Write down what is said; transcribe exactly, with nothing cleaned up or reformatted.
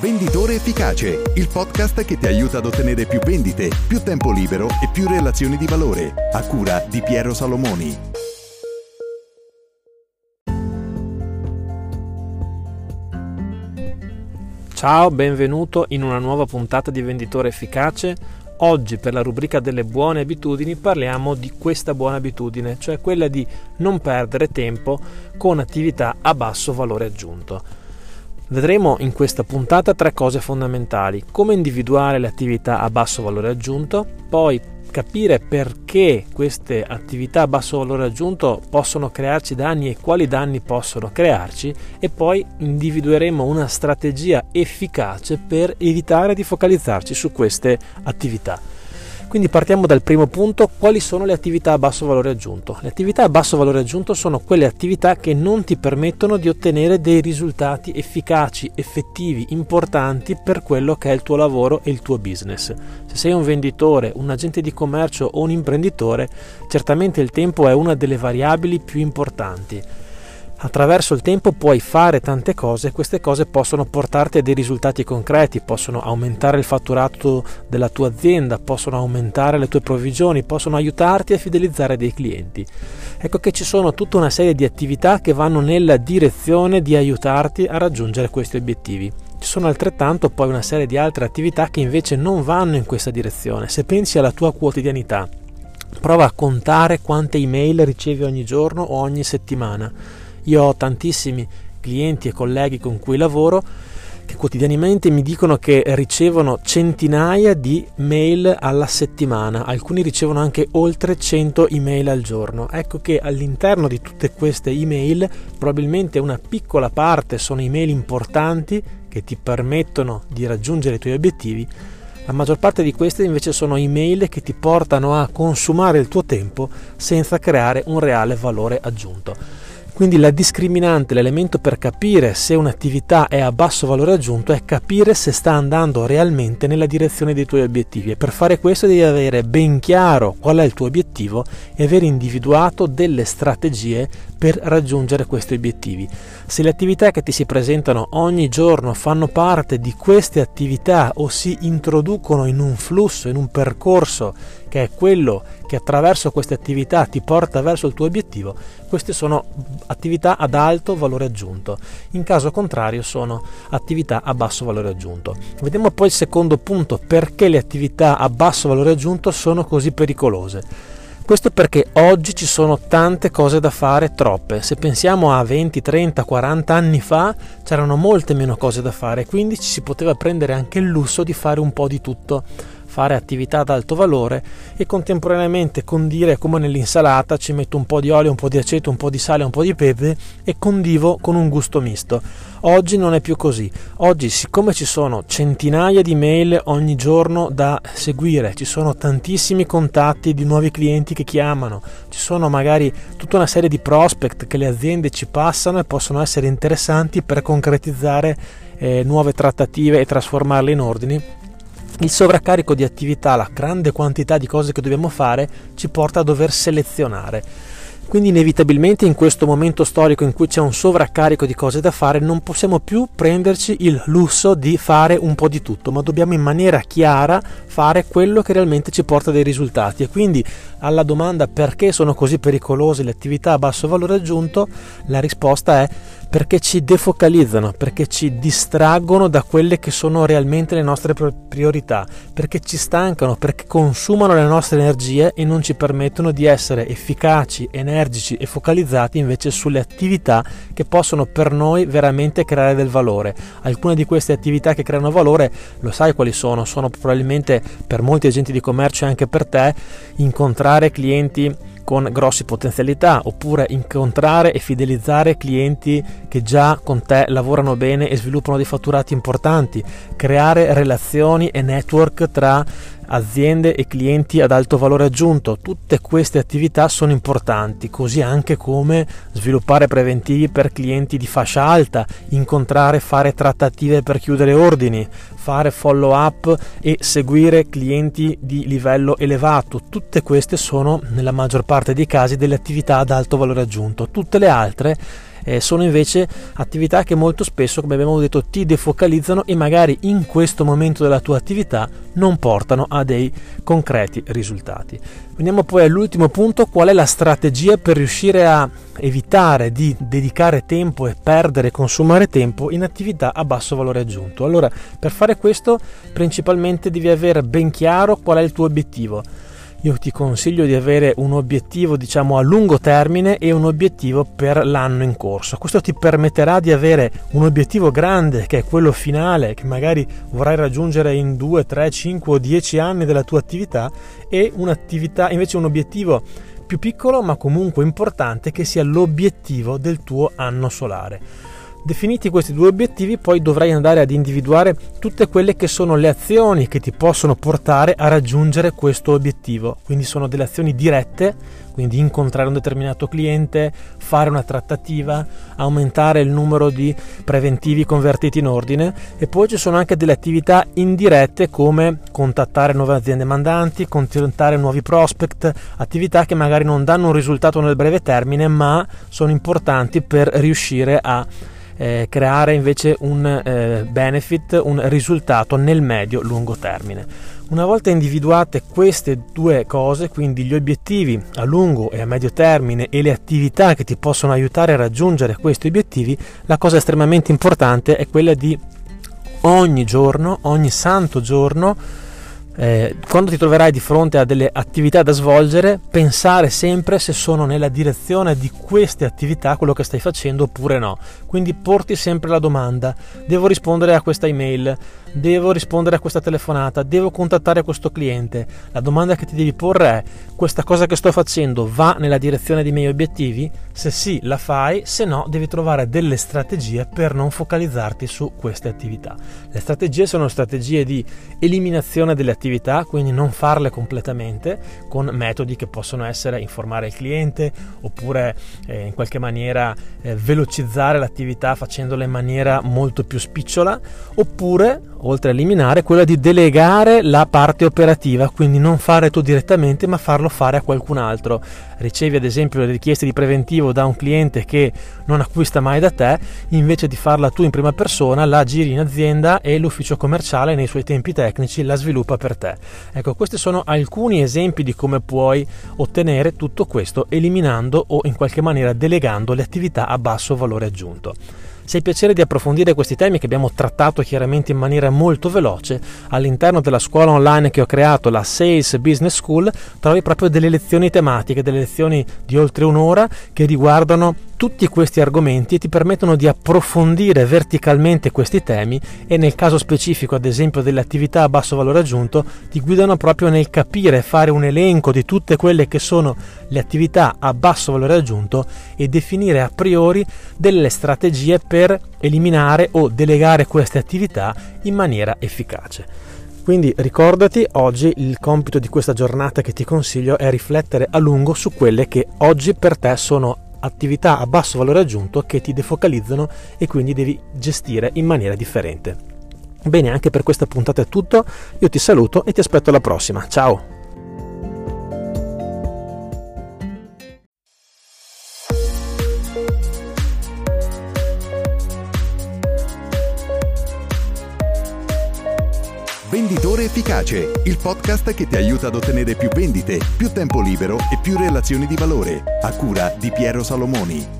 Venditore Efficace, il podcast che ti aiuta ad ottenere più vendite, più tempo libero e più relazioni di valore, a cura di Piero Salomoni. Ciao, benvenuto in una nuova puntata di Venditore Efficace. Oggi, per la rubrica delle buone abitudini, parliamo di questa buona abitudine, cioè quella di non perdere tempo con attività a basso valore aggiunto. Vedremo in questa puntata tre cose fondamentali: come individuare le attività a basso valore aggiunto, poi capire perché queste attività a basso valore aggiunto possono crearci danni e quali danni possono crearci, e poi individueremo una strategia efficace per evitare di focalizzarci su queste attività. Quindi partiamo dal primo punto: quali sono le attività a basso valore aggiunto? Le attività a basso valore aggiunto sono quelle attività che non ti permettono di ottenere dei risultati efficaci, effettivi, importanti per quello che è il tuo lavoro e il tuo business. Se sei un venditore, un agente di commercio o un imprenditore, certamente il tempo è una delle variabili più importanti. Attraverso il tempo puoi fare tante cose, queste cose possono portarti a dei risultati concreti, possono aumentare il fatturato della tua azienda, possono aumentare le tue provvigioni, possono aiutarti a fidelizzare dei clienti. Ecco che ci sono tutta una serie di attività che vanno nella direzione di aiutarti a raggiungere questi obiettivi. Ci sono altrettanto poi una serie di altre attività che invece non vanno in questa direzione. Se pensi alla tua quotidianità, prova a contare quante email ricevi ogni giorno o ogni settimana. Io ho tantissimi clienti e colleghi con cui lavoro che quotidianamente mi dicono che ricevono centinaia di mail alla settimana, alcuni ricevono anche oltre cento email al giorno. Ecco che all'interno di tutte queste email probabilmente una piccola parte sono email importanti che ti permettono di raggiungere i tuoi obiettivi. La maggior parte di queste invece sono email che ti portano a consumare il tuo tempo senza creare un reale valore aggiunto. Quindi la discriminante, l'elemento per capire se un'attività è a basso valore aggiunto è capire se sta andando realmente nella direzione dei tuoi obiettivi, e per fare questo devi avere ben chiaro qual è il tuo obiettivo e aver individuato delle strategie per raggiungere questi obiettivi. Se le attività che ti si presentano ogni giorno fanno parte di queste attività o si introducono in un flusso, in un percorso che è quello che attraverso queste attività ti porta verso il tuo obiettivo, queste sono attività ad alto valore aggiunto. In caso contrario sono attività a basso valore aggiunto. Vediamo poi il secondo punto: perché le attività a basso valore aggiunto sono così pericolose. Questo perché oggi ci sono tante cose da fare, troppe. Se pensiamo a venti, trenta, quaranta anni fa c'erano molte meno cose da fare, quindi ci si poteva prendere anche il lusso di fare un po' di tutto, fare attività ad alto valore e contemporaneamente condire, come nell'insalata, ci metto un po' di olio, un po' di aceto, un po' di sale, un po' di pepe e condivo con un gusto misto. Oggi non è più così. Oggi, siccome ci sono centinaia di mail ogni giorno da seguire, ci sono tantissimi contatti di nuovi clienti che chiamano, ci sono magari tutta una serie di prospect che le aziende ci passano e possono essere interessanti per concretizzare eh, nuove trattative e trasformarle in ordini. Il sovraccarico di attività, la grande quantità di cose che dobbiamo fare ci porta a dover selezionare. Quindi inevitabilmente in questo momento storico in cui c'è un sovraccarico di cose da fare non possiamo più prenderci il lusso di fare un po' di tutto, ma dobbiamo in maniera chiara fare quello che realmente ci porta dei risultati. E quindi alla domanda perché sono così pericolose le attività a basso valore aggiunto, la risposta è perché ci defocalizzano, perché ci distraggono da quelle che sono realmente le nostre priorità, perché ci stancano, perché consumano le nostre energie e non ci permettono di essere efficaci, energici e focalizzati invece sulle attività che possono per noi veramente creare del valore. Alcune di queste attività che creano valore, lo sai quali sono? Sono probabilmente per molti agenti di commercio e anche per te incontrare clienti con grosse potenzialità, oppure incontrare e fidelizzare clienti che già con te lavorano bene e sviluppano dei fatturati importanti, creare relazioni e network tra aziende e clienti ad alto valore aggiunto. Tutte queste attività sono importanti, così anche come sviluppare preventivi per clienti di fascia alta, incontrare, fare trattative per chiudere ordini, fare follow up e seguire clienti di livello elevato. Tutte queste sono nella maggior parte dei casi delle attività ad alto valore aggiunto. Tutte le altre eh, sono invece attività che molto spesso, come abbiamo detto, ti defocalizzano e magari in questo momento della tua attività non portano a dei concreti risultati. Veniamo poi all'ultimo punto: qual è la strategia per riuscire a evitare di dedicare tempo e perdere, consumare tempo in attività a basso valore aggiunto? Allora, per fare questo principalmente devi avere ben chiaro qual è il tuo obiettivo. Io ti consiglio di avere un obiettivo, diciamo, a lungo termine e un obiettivo per l'anno in corso. Questo ti permetterà di avere un obiettivo grande, che è quello finale, che magari vorrai raggiungere in due, tre, cinque o dieci anni della tua attività, e un'attività, invece un obiettivo più piccolo ma comunque importante, che sia l'obiettivo del tuo anno solare. Definiti questi due obiettivi, poi dovrai andare ad individuare tutte quelle che sono le azioni che ti possono portare a raggiungere questo obiettivo. Quindi sono delle azioni dirette, quindi incontrare un determinato cliente, fare una trattativa, aumentare il numero di preventivi convertiti in ordine, e poi ci sono anche delle attività indirette come contattare nuove aziende mandanti, contattare nuovi prospect, attività che magari non danno un risultato nel breve termine ma sono importanti per riuscire a Eh, creare invece un eh, benefit, un risultato nel medio-lungo termine. Una volta individuate queste due cose, quindi gli obiettivi a lungo e a medio termine e le attività che ti possono aiutare a raggiungere questi obiettivi, la cosa estremamente importante è quella di ogni giorno, ogni santo giorno, Eh, quando ti troverai di fronte a delle attività da svolgere, pensare sempre se sono nella direzione di queste attività quello che stai facendo oppure no. Quindi porti sempre la domanda: devo rispondere a questa email, devo rispondere a questa telefonata, devo contattare questo cliente. La domanda che ti devi porre è: questa cosa che sto facendo va nella direzione dei miei obiettivi? Se sì, la fai; se no, devi trovare delle strategie per non focalizzarti su queste attività. Le strategie sono strategie di eliminazione delle attività, quindi non farle completamente, con metodi che possono essere informare il cliente oppure eh, in qualche maniera eh, velocizzare l'attività facendola in maniera molto più spicciola, oppure, oltre a eliminare, quella di delegare la parte operativa, quindi non fare tu direttamente ma farlo fare a qualcun altro. Ricevi ad esempio le richieste di preventivo da un cliente che non acquista mai da te, invece di farla tu in prima persona la giri in azienda e l'ufficio commerciale nei suoi tempi tecnici la sviluppa per te. Ecco, questi sono alcuni esempi di come puoi ottenere tutto questo eliminando o in qualche maniera delegando le attività a basso valore aggiunto. Se hai piacere di approfondire questi temi che abbiamo trattato chiaramente in maniera molto veloce, all'interno della scuola online che ho creato, la Sales Business School, trovi proprio delle lezioni tematiche, delle lezioni di oltre un'ora che riguardano tutti questi argomenti e ti permettono di approfondire verticalmente questi temi, e nel caso specifico, ad esempio delle attività a basso valore aggiunto, ti guidano proprio nel capire, fare un elenco di tutte quelle che sono le attività a basso valore aggiunto e definire a priori delle strategie per eliminare o delegare queste attività in maniera efficace. Quindi ricordati, oggi il compito di questa giornata che ti consiglio è riflettere a lungo su quelle che oggi per te sono attività a basso valore aggiunto che ti defocalizzano e quindi devi gestire in maniera differente. Bene, anche per questa puntata è tutto, io ti saluto e ti aspetto alla prossima, ciao! Venditore Efficace, il podcast che ti aiuta ad ottenere più vendite, più tempo libero e più relazioni di valore, a cura di Piero Salomoni.